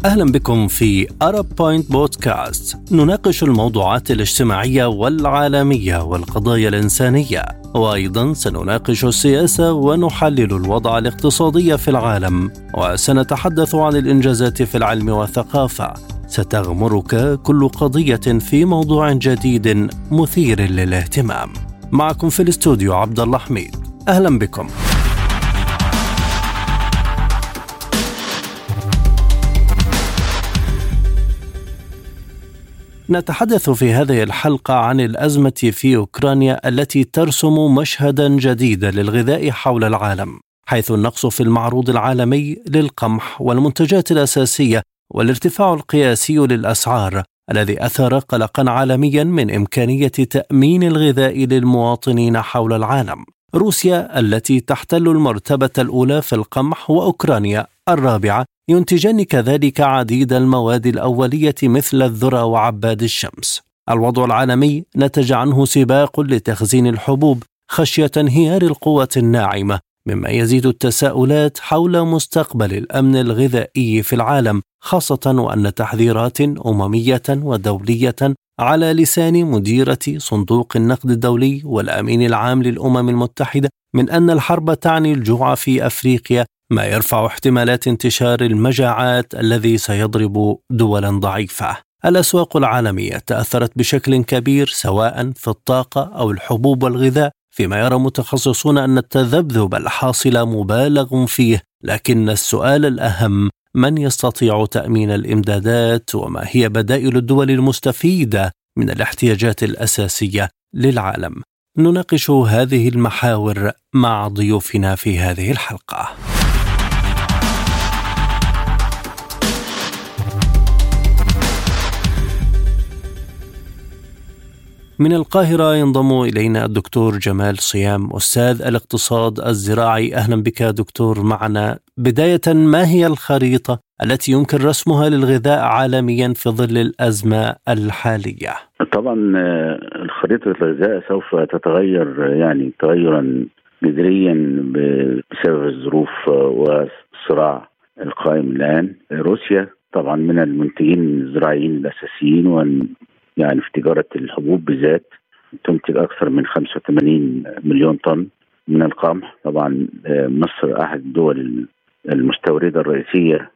أهلا بكم في Arab Point بودكاست. نناقش الموضوعات الاجتماعية والعالمية والقضايا الإنسانية، وأيضا سنناقش السياسة ونحلل الوضع الاقتصادي في العالم، وسنتحدث عن الإنجازات في العلم والثقافة. ستغمرك كل قضية في موضوع جديد مثير للاهتمام. معكم في الاستوديو عبد الله حميد. أهلا بكم. نتحدث في هذه الحلقة عن الأزمة في أوكرانيا التي ترسم مشهدا جديدا للغذاء حول العالم، حيث النقص في المعروض العالمي للقمح والمنتجات الأساسية والارتفاع القياسي للأسعار الذي أثار قلقا عالميا من إمكانية تأمين الغذاء للمواطنين حول العالم. روسيا التي تحتل المرتبة الأولى في القمح وأوكرانيا الرابعة ينتجان كذلك عديد المواد الأولية مثل الذرة وعباد الشمس. الوضع العالمي نتج عنه سباق لتخزين الحبوب خشية انهيار القوة الناعمة، مما يزيد التساؤلات حول مستقبل الأمن الغذائي في العالم، خاصة وأن تحذيرات أممية ودولية على لسان مديرة صندوق النقد الدولي والأمين العام للأمم المتحدة من أن الحرب تعني الجوع في أفريقيا، ما يرفع احتمالات انتشار المجاعات الذي سيضرب دولا ضعيفة. الأسواق العالمية تأثرت بشكل كبير سواء في الطاقة أو الحبوب والغذاء، فيما يرى متخصصون أن التذبذب الحاصل مبالغ فيه، لكن السؤال الأهم: من يستطيع تأمين الإمدادات؟ وما هي بدائل الدول المستفيدة من الاحتياجات الأساسية للعالم؟ نناقش هذه المحاور مع ضيوفنا في هذه الحلقة. من القاهرة ينضم إلينا الدكتور جمال صيام، أستاذ الاقتصاد الزراعي. أهلا بك دكتور معنا. بداية، ما هي الخريطة التي يمكن رسمها للغذاء عالميا في ظل الأزمة الحالية؟ طبعا خريطة الغذاء سوف تتغير يعني تغيرا جذريا بسبب الظروف والصراع القائم الآن. روسيا طبعا من المنتجين الزراعيين الأساسيين، يعني في تجارة الحبوب بالذات تنتج أكثر من 85 مليون طن من القمح. طبعا مصر أحد الدول المستوردة الرئيسية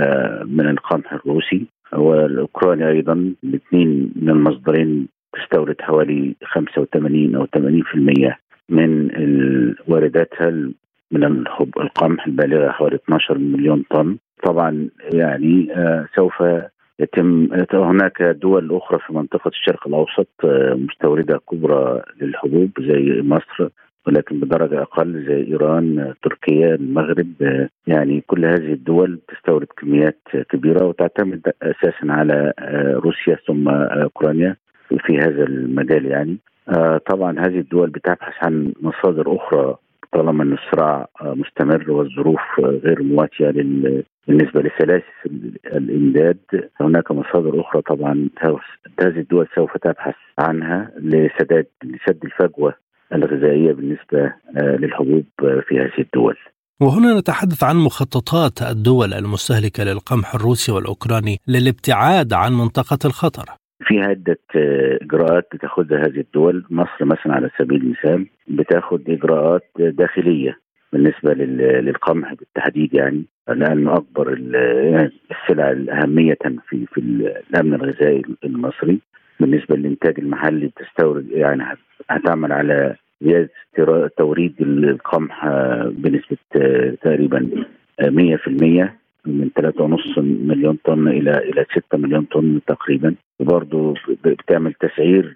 من القمح الروسي، والأوكرانيا أيضا، الاثنين من المصدرين تستورد حوالي 85 أو 80% من وارداتها من القمح البالغة حوالي 12 مليون طن. طبعا يعني سوف يتم هناك دول أخرى في منطقة الشرق الأوسط مستوردة كبرى للحبوب زي مصر، ولكن بدرجة أقل، زي إيران، تركيا، المغرب. يعني كل هذه الدول تستورد كميات كبيرة وتعتمد أساسا على روسيا ثم أوكرانيا في هذا المجال. يعني طبعا هذه الدول بتبحث عن مصادر أخرى طالما أن الصراع مستمر والظروف غير مواتية بالنسبة لسلاسل الإمداد. هناك مصادر أخرى طبعا هذه الدول سوف تبحث عنها لسد الفجوة الغذائية بالنسبة للحبوب في هذه الدول. وهنا نتحدث عن مخططات الدول المستهلكة للقمح الروسي والأوكراني للابتعاد عن منطقة الخطر. في عدة إجراءات بتاخذها هذه الدول. مصر مثلا على سبيل المثال بتاخذ إجراءات داخلية بالنسبة للقمح بالتحديد، يعني لأنه أكبر السلع الأهمية في الأمن الغذائي المصري. بالنسبة للإنتاج المحلي بتستورد، يعني هتعمل على زيادة توريد القمح بنسبة تقريبا 100%، من 3.5 مليون طن إلى 6 مليون طن تقريبا. وبرضه بتعمل تسعير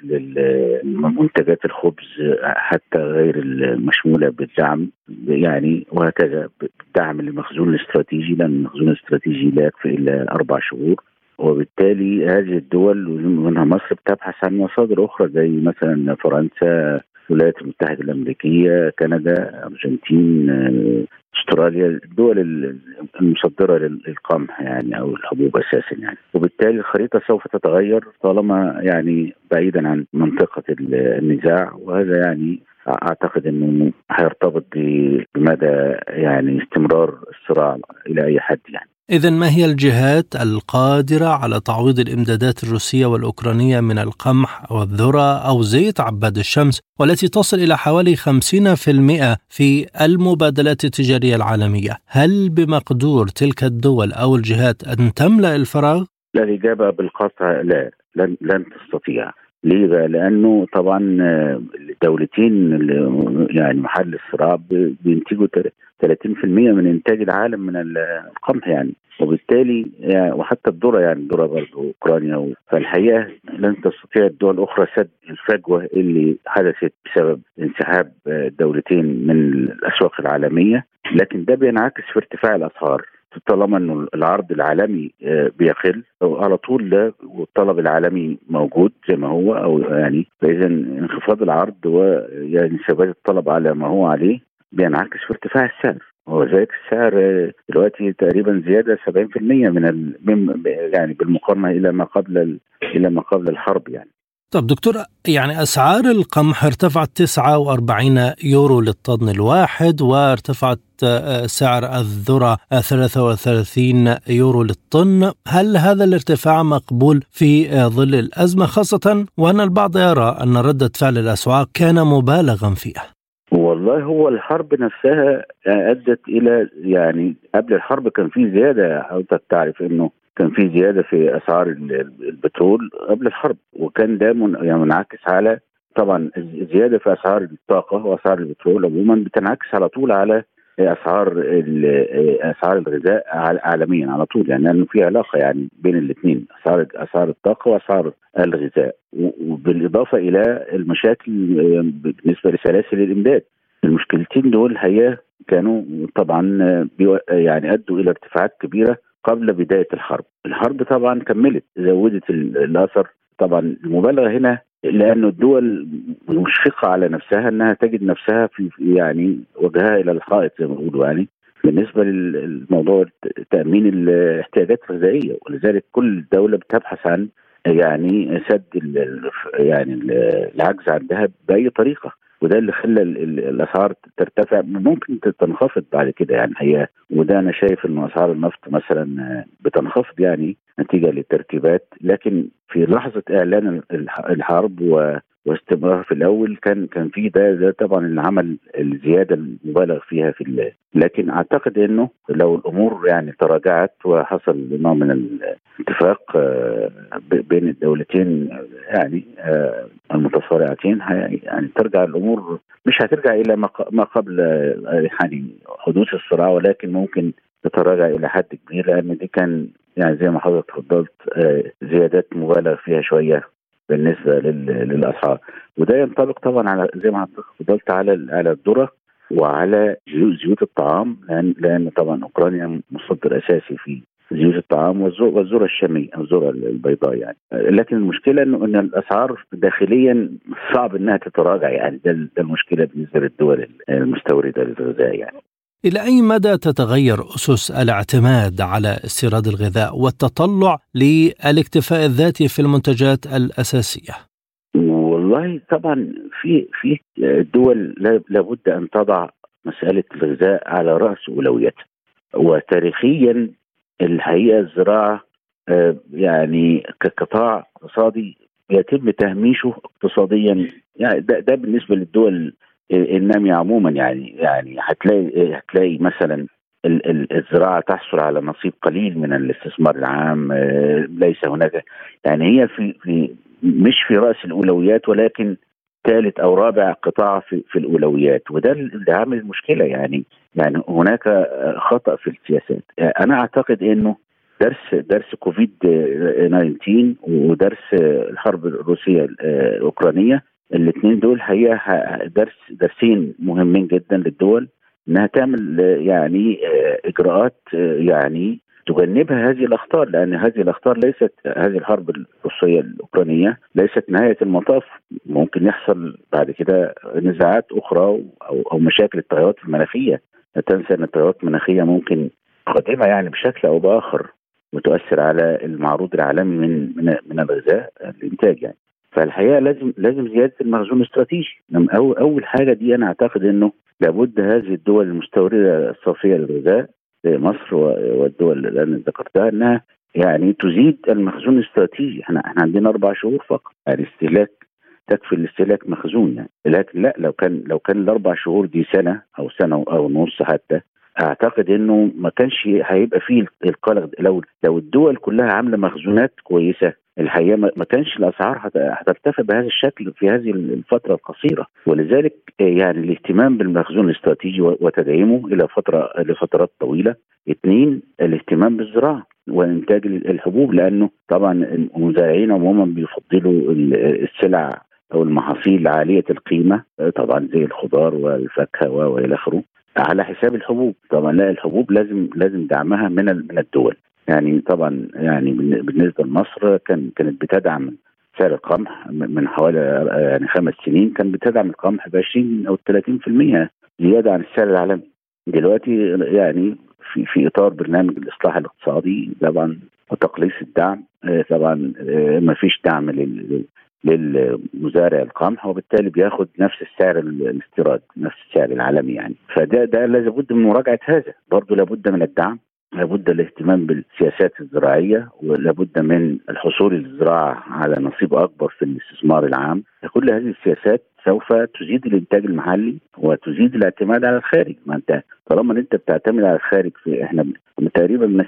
للمنتجات الخبز حتى غير المشمولة بالدعم، يعني وهكذا بالدعم للمخزون الاستراتيجي، لأن المخزون الاستراتيجي لا يكفي إلا 4 شهور. وبالتالي هذه الدول ومنها مصر بتبحث عن مصادر أخرى زي مثلا فرنسا، الولايات المتحدة الأمريكية، كندا، أرجنتين، استراليا، الدول المصدرة للقمح يعني أو الحبوب أساسا يعني. وبالتالي الخريطة سوف تتغير طالما يعني بعيدا عن منطقة النزاع، وهذا يعني أعتقد أنه هيرتبط بمدى يعني استمرار الصراع إلى أي حد يعني. إذن ما هي الجهات القادرة على تعويض الإمدادات الروسية والأوكرانية من القمح أو الذرة أو زيت عباد الشمس، والتي تصل إلى حوالي 50% في المبادلات التجارية العالمية؟ هل بمقدور تلك الدول أو الجهات أن تملأ الفراغ؟ لا، الإجابة بالقطع لا، لن تستطيع. ليه بقى؟ لأنه طبعا الدولتين يعني محل الصراع بينتجوا 30% من إنتاج العالم من القمح يعني، وبالتالي يعني وحتى الذرة، يعني الذرة برضه أوكرانيا. فالحقيقة لن تستطيع الدول الأخرى سد الفجوة اللي حدثت بسبب انسحاب الدولتين من الأسواق العالمية، لكن ده بينعكس في ارتفاع الأسعار. طالما انه العرض العالمي بيقل على طول ده، والطلب العالمي موجود زي ما هو، او يعني فاذا انخفاض العرض ويعني ثبات الطلب على ما هو عليه بينعكس في ارتفاع السعر. وذلك السعر دلوقتي تقريبا زياده 70% يعني بالمقارنه الى ما قبل الحرب يعني. طب دكتور، يعني أسعار القمح ارتفعت 49 يورو للطن الواحد، وارتفعت سعر الذرة 33 يورو للطن. هل هذا الارتفاع مقبول في ظل الأزمة، خاصة وأن البعض يرى أن ردة فعل الأسواق كان مبالغا فيها؟ والله هو الحرب نفسها أدت إلى، يعني قبل الحرب كان في زيادة، حضرتك تعرف إنه كان في زيادة في أسعار البترول قبل الحرب، وكان ده يعني منعكس على، طبعا الزيادة في أسعار الطاقة وأسعار البترول عموما بتنعكس على طول على أسعار الغذاء عالميا على طول، يعني لأنه في علاقة يعني بين الاثنين، أسعار الطاقة وأسعار الغذاء، وبالإضافة إلى المشاكل بالنسبة لسلاسل الإمداد. المشكلتين دول هي كانوا طبعا يعني أدوا إلى ارتفاعات كبيرة قبل بداية الحرب طبعا كملت زودت الأثر. طبعا المبالغة هنا لأن الدول مشفقة على نفسها أنها تجد نفسها في يعني وجهها إلى الحائط زي ما بيقولوا، يعني بالنسبة للموضوع تأمين الاحتياجات الغذائية، ولذلك كل دولة بتبحث عن يعني سد يعني العجز عندها بأي طريقة، وده اللي خلى الأسعار ترتفع. ممكن تنخفض بعد كده يعني هي، وده أنا شايف إنه أسعار النفط مثلا بتنخفض يعني نتيجة للترتيبات، لكن في لحظة إعلان الحرب واستمرار في الأول كان في ده طبعا اللي عمل الزيادة المبالغ فيها لكن أعتقد إنه لو الأمور يعني تراجعت وحصل نوع من الاتفاق بين الدولتين يعني المتصارعتين، يعني ترجع الأمور، مش هترجع إلى ما قبل يعني حدوث الصراع، ولكن ممكن تتراجع إلى حد كبير، لأن دي كان يعني زي ما حضرتك تفضلت زيادات مبالغ فيها شوية بالنسبة للأسعار. وده ينطبق طبعا على زي ما حضرتك تفضلت على الذرة وعلى زيوت الطعام، لأن طبعا أوكرانيا مصدر أساسي في زيوت الطعام والذرة الشامية أو الذرة البيضاء يعني. لكن المشكلة إن الأسعار داخليا صعب إنها تتراجع، يعني ده المشكلة بالنسبة للدول المستوردة للغذاء يعني. إلى أي مدى تتغير أسس الاعتماد على استيراد الغذاء والتطلع للاكتفاء الذاتي في المنتجات الأساسية؟ والله طبعا في دول لابد أن تضع مسألة الغذاء على رأس أولوياتها، وتاريخيا الحقيقة الزراعة يعني كقطاع اقتصادي يتم تهميشه اقتصاديا، يعني ده بالنسبة للدول النامية عموما، يعني هتلاقي مثلا الزراعة تحصل على نصيب قليل من الاستثمار العام، ليس هناك، يعني هي في مش في رأس الأولويات، ولكن ثالث أو رابع قطاع في الأولويات، وده اللي عامل المشكلة يعني هناك خطأ في السياسات. أنا أعتقد إنه درس كوفيد 19 ودرس الحرب الروسية الأوكرانية، الاثنين دول هي درسين مهمين جدا للدول انها تعمل يعني اجراءات يعني تجنبها هذه الاخطار، لان هذه الاخطار ليست، هذه الحرب الروسيه الاوكرانيه ليست نهايه المطاف، ممكن يحصل بعد كده نزاعات اخرى او مشاكل التغيرات المناخيه. لا تنسى ان التغيرات المناخيه ممكن قادمه يعني بشكل او باخر وتؤثر على المعروض العالمي من الغذاء الانتاج يعني. فالحقيقه لازم زياده المخزون الاستراتيجي. اول حاجه دي انا اعتقد انه لابد هذه الدول المستورده الصافيه للغذاء زي مصر والدول اللي أنا ذكرتها أنها يعني تزيد المخزون الاستراتيجي. احنا عندنا 4 شهور فقط، يعني استهلاك تكفي الاستهلاك مخزون يعني. لكن لا، لو كان ال4 شهور دي سنة أو نص حتى، اعتقد انه ما كانش هيبقى فيه القلق. لو الدول كلها عامله مخزونات كويسه الحقيقه ما كانش الاسعار هترتفع بهذا الشكل في هذه الفتره القصيره. ولذلك يعني الاهتمام بالمخزون الاستراتيجي وتدعيمه لفترات طويله. 2، الاهتمام بالزراعه وانتاج الحبوب، لانه طبعا المزارعين عموما بيفضلوا السلع او المحاصيل عاليه القيمه، طبعا زي الخضار والفاكهه والى اخره، على حساب الحبوب. طبعا لا، الحبوب لازم دعمها من الدول. يعني طبعا يعني بالنسبه لمصر كانت بتدعم سعر القمح من حوالي يعني 5 سنين، كان بتدعم القمح ب 20 أو 30% زياده عن السعر العالمي. دلوقتي يعني في اطار برنامج الاصلاح الاقتصادي طبعا وتقليص الدعم، طبعا ما فيش دعم للمزارع القمح، وبالتالي بياخد نفس السعر الاستيراد، نفس السعر العالمي يعني. فده لابد من مراجعه هذا، برضه لابد من الدعم، لابد الاهتمام بالسياسات الزراعيه، ولابد من الحصول الزراعه على نصيب اكبر في الاستثمار العام. كل هذه السياسات سوف تزيد الانتاج المحلي وتزيد الاعتماد على الخارج. ما انت طالما انت بتعتمد على الخارج، احنا تقريبا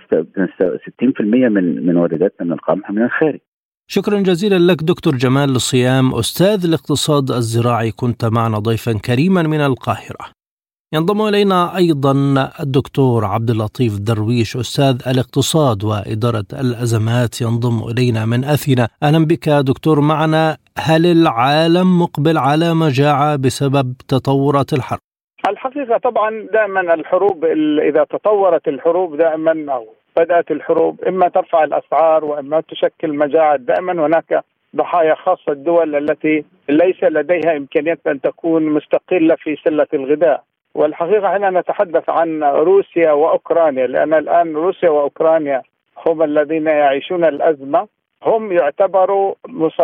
60% من وارداتنا من القمح من الخارج. شكرا جزيلا لك دكتور جمال الصيام، أستاذ الاقتصاد الزراعي، كنت معنا ضيفا كريما من القاهرة. ينضم إلينا أيضا الدكتور عبد اللطيف درويش، أستاذ الاقتصاد وإدارة الأزمات، ينضم إلينا من أثينا. أهلا بك دكتور معنا. هل العالم مقبل على مجاعة بسبب تطورات الحرب؟ الحقيقة طبعا دائما الحروب، إذا تطورت الحروب دائما أو بدأت الحروب، إما ترفع الأسعار وإما تشكل مجاعة. دائما هناك ضحايا، خاصة الدول التي ليس لديها إمكانية أن تكون مستقلة في سلة الغذاء. والحقيقة هنا نتحدث عن روسيا وأوكرانيا، لأن الآن روسيا وأوكرانيا هم الذين يعيشون الأزمة. هم يعتبروا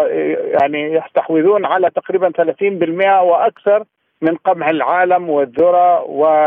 يعني يستحوذون على تقريبا 30% وأكثر من قمح العالم والذرة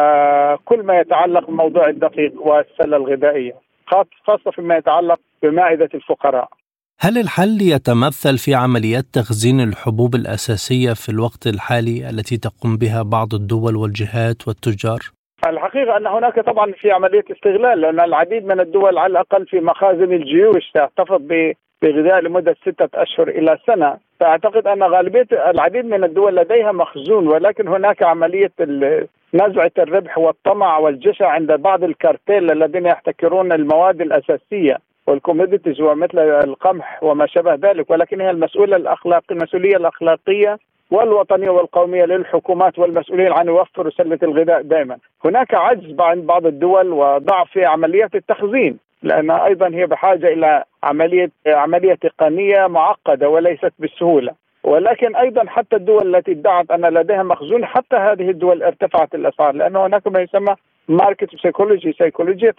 وكل ما يتعلق بموضوع الدقيق والسلة الغذائية، خاصة فيما يتعلق بمائدة الفقراء. هل الحل يتمثل في عمليات تخزين الحبوب الأساسية في الوقت الحالي التي تقوم بها بعض الدول والجهات والتجار؟ الحقيقة أن هناك طبعا في عملية استغلال، لأن العديد من الدول على الأقل في مخازن الجيوش تحتفظ بغذاء لمدة 6 أشهر إلى سنة. فأعتقد أن غالبية العديد من الدول لديها مخزون، ولكن هناك عملية نزعة الربح والطمع والجشع عند بعض الكارتيل الذين يحتكرون المواد الأساسية والكوموديتيز ومثل القمح وما شابه ذلك. ولكن هي المسؤولية الأخلاقية والوطنية والقومية للحكومات والمسؤولين عن يوفروا سلة الغذاء. دائما هناك عجز عند بعض الدول وضعف في عمليات التخزين، لأنها أيضا هي بحاجة إلى عملية تقنية معقدة وليست بالسهولة. ولكن أيضا حتى الدول التي ادعت أن لديها مخزون، حتى هذه الدول ارتفعت الأسعار، لأن هناك ما يسمى ماركت سيكولوجي، سيكولوجية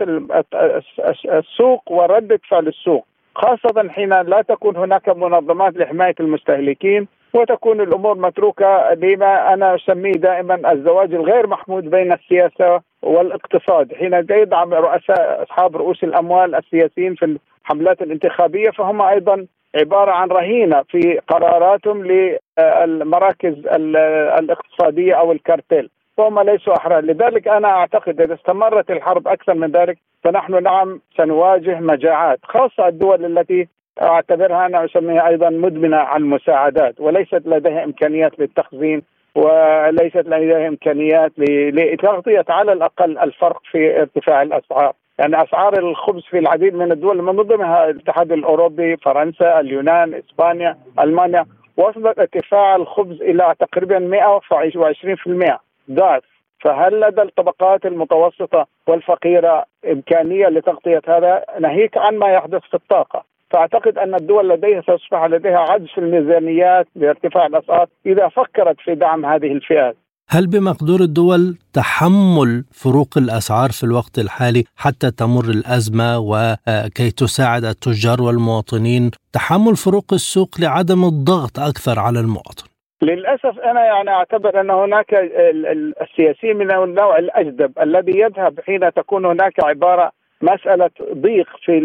السوق وردة فعل السوق، خاصة حين لا تكون هناك منظمات لحماية المستهلكين وتكون الأمور متروكة لما أنا أسميه دائما الزواج الغير محمود بين السياسة والاقتصاد. حين يدعم أصحاب رؤوس الأموال السياسيين في الحملات الانتخابية، فهم أيضا عبارة عن رهينة في قراراتهم للمراكز الاقتصادية أو الكارتيل، فهم ليسوا أحرار. لذلك أنا أعتقد إذا استمرت الحرب أكثر من ذلك فنحن نعم سنواجه مجاعات، خاصة الدول التي أعتبرها أنا أسميها أيضا مدمنة على المساعدات وليست لديها إمكانيات للتخزين وليست لديها إمكانيات لتغطية على الأقل الفرق في ارتفاع الأسعار. يعني أسعار الخبز في العديد من الدول من ضمنها الاتحاد الأوروبي، فرنسا، اليونان، إسبانيا، ألمانيا، وصلت ارتفاع الخبز إلى تقريبا 120% ضعف. فهل لدى الطبقات المتوسطة والفقيرة إمكانية لتغطية هذا، ناهيك عن ما يحدث في الطاقة؟ فأعتقد أن الدول ستصبح لديها عجز في الميزانيات لارتفاع الأسعار إذا فكرت في دعم هذه الفئات. هل بمقدور الدول تحمل فروق الأسعار في الوقت الحالي حتى تمر الأزمة وكي تساعد التجار والمواطنين، تحمل فروق السوق لعدم الضغط أكثر على المواطن؟ للأسف أنا يعني أعتبر أن هناك السياسيين من النوع الأجدب الذي يذهب حين تكون هناك عبارة مسألة ضيق في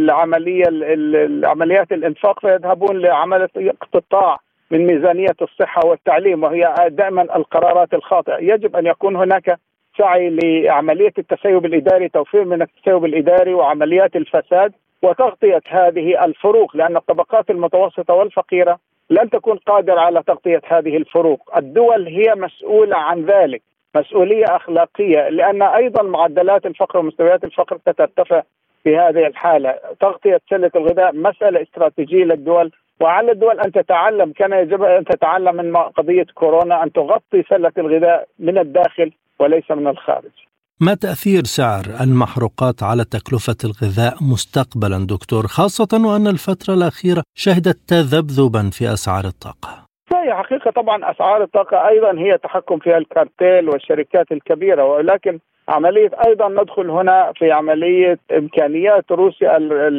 العمليات الإنفاق، فيذهبون لعملية اقتطاع من ميزانية الصحة والتعليم، وهي دائما القرارات الخاطئة. يجب أن يكون هناك سعي لعملية التسيب الإداري، توفير من التسيب الإداري وعمليات الفساد وتغطية هذه الفروق، لأن الطبقات المتوسطة والفقيرة لن تكون قادرة على تغطية هذه الفروق. الدول هي مسؤولة عن ذلك، مسؤولية أخلاقية، لأن أيضا معدلات الفقر ومستويات الفقر سترتفع في هذه الحالة. تغطية سلة الغذاء مسألة استراتيجية للدول، وعلى الدول أن تتعلم، كان يجب أن تتعلم من قضية كورونا أن تغطي سلة الغذاء من الداخل وليس من الخارج. ما تأثير سعر المحروقات على تكلفة الغذاء مستقبلا دكتور، خاصة وأن الفترة الأخيرة شهدت تذبذبا في أسعار الطاقة؟ هي حقيقة طبعا أسعار الطاقة أيضا هي تحكم فيها الكارتيل والشركات الكبيرة، ولكن عملية أيضا ندخل هنا في عملية إمكانيات روسيا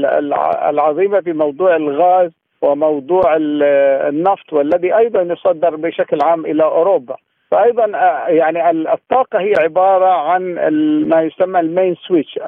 العظيمة في موضوع الغاز وموضوع النفط، والذي أيضا يصدر بشكل عام إلى أوروبا. فأيضا يعني الطاقة هي عبارة عن ما يسمى المين سويتش،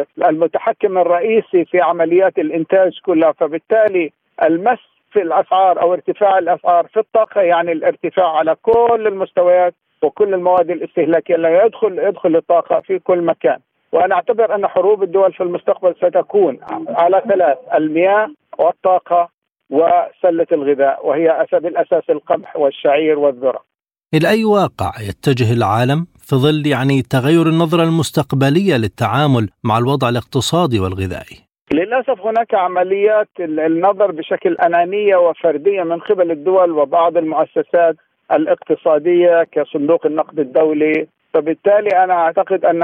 المتحكم الرئيسي في عمليات الإنتاج كلها. فبالتالي المس في الأسعار أو ارتفاع الأسعار في الطاقة يعني الارتفاع على كل المستويات وكل المواد الاستهلاكية اللي يدخل الطاقة في كل مكان. وأنا أعتبر أن حروب الدول في المستقبل ستكون على ثلاث: المياه والطاقة وسلة الغذاء، وهي بالأساس القمح والشعير والذرة. إلى أي واقع يتجه العالم في ظل تغير النظرة المستقبلية للتعامل مع الوضع الاقتصادي والغذائي؟ للأسف هناك عمليات النظر بشكل أنانية وفردية من قبل الدول وبعض المؤسسات الاقتصادية كصندوق النقد الدولي. فبالتالي أنا أعتقد أن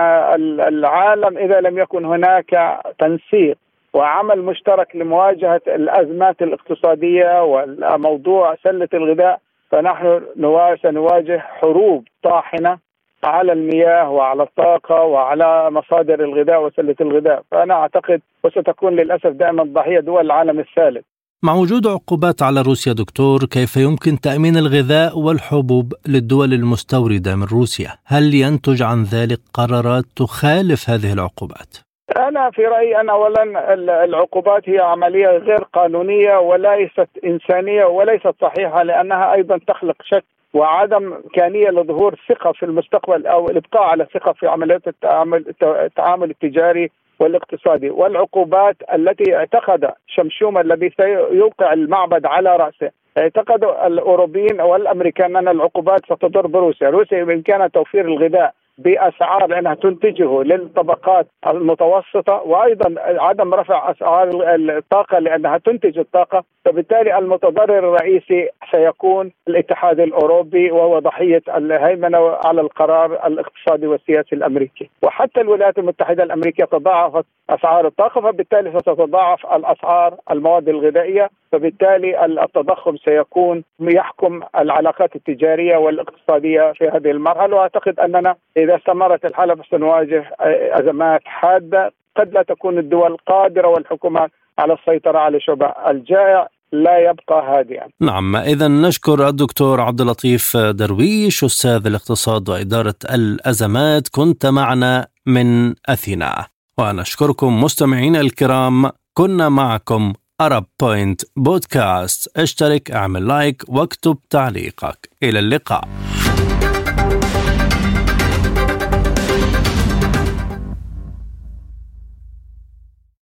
العالم إذا لم يكن هناك تنسيق وعمل مشترك لمواجهة الأزمات الاقتصادية وموضوع سلة الغذاء، فنحن سنواجه حروب طاحنة على المياه وعلى الطاقة وعلى مصادر الغذاء وسلة الغذاء. فأنا أعتقد وستكون للأسف دائما ضحية دول العالم الثالث. مع وجود عقوبات على روسيا دكتور، كيف يمكن تأمين الغذاء والحبوب للدول المستوردة من روسيا؟ هل ينتج عن ذلك قرارات تخالف هذه العقوبات؟ أنا في رأيي أن أولا العقوبات هي عملية غير قانونية وليست إنسانية وليست صحيحة، لأنها أيضا تخلق شك وعدم إمكانية لظهور ثقة في المستقبل أو الإبقاء على ثقة في عمليات التعامل التجاري والاقتصادي. والعقوبات التي اعتقد شمشوم الذي سيوقع المعبد على رأسه، اعتقد الأوروبيين والأمريكان أن العقوبات ستضر بروسيا. روسيا بإمكانها توفير الغذاء بأسعار لأنها تنتجه للطبقات المتوسطة، وأيضا عدم رفع أسعار الطاقة لأنها تنتج الطاقة. فبالتالي المتضرر الرئيسي سيكون الاتحاد الأوروبي، وهو ضحية الهيمنة على القرار الاقتصادي والسياسي الأمريكي. وحتى الولايات المتحدة الأمريكية تضاعفت أسعار الطاقة، فبالتالي ستتضاعف الأسعار المواد الغذائية، فبالتالي التضخم سيكون يحكم العلاقات التجارية والاقتصادية في هذه المرحلة. وأعتقد أننا إذا استمرت الحالة سنواجه أزمات حادة، قد لا تكون الدول قادرة والحكومات على السيطرة على شبع الجائع لا يبقى هادئا. نعم، إذا نشكر الدكتور عبد اللطيف درويش، أستاذ الاقتصاد وإدارة الأزمات، كنت معنا من أثينا. ونشكركم مستمعين الكرام، كنا معكم Arab Point بودكاست. اشترك، اعمل لايك واكتب تعليقك. إلى اللقاء.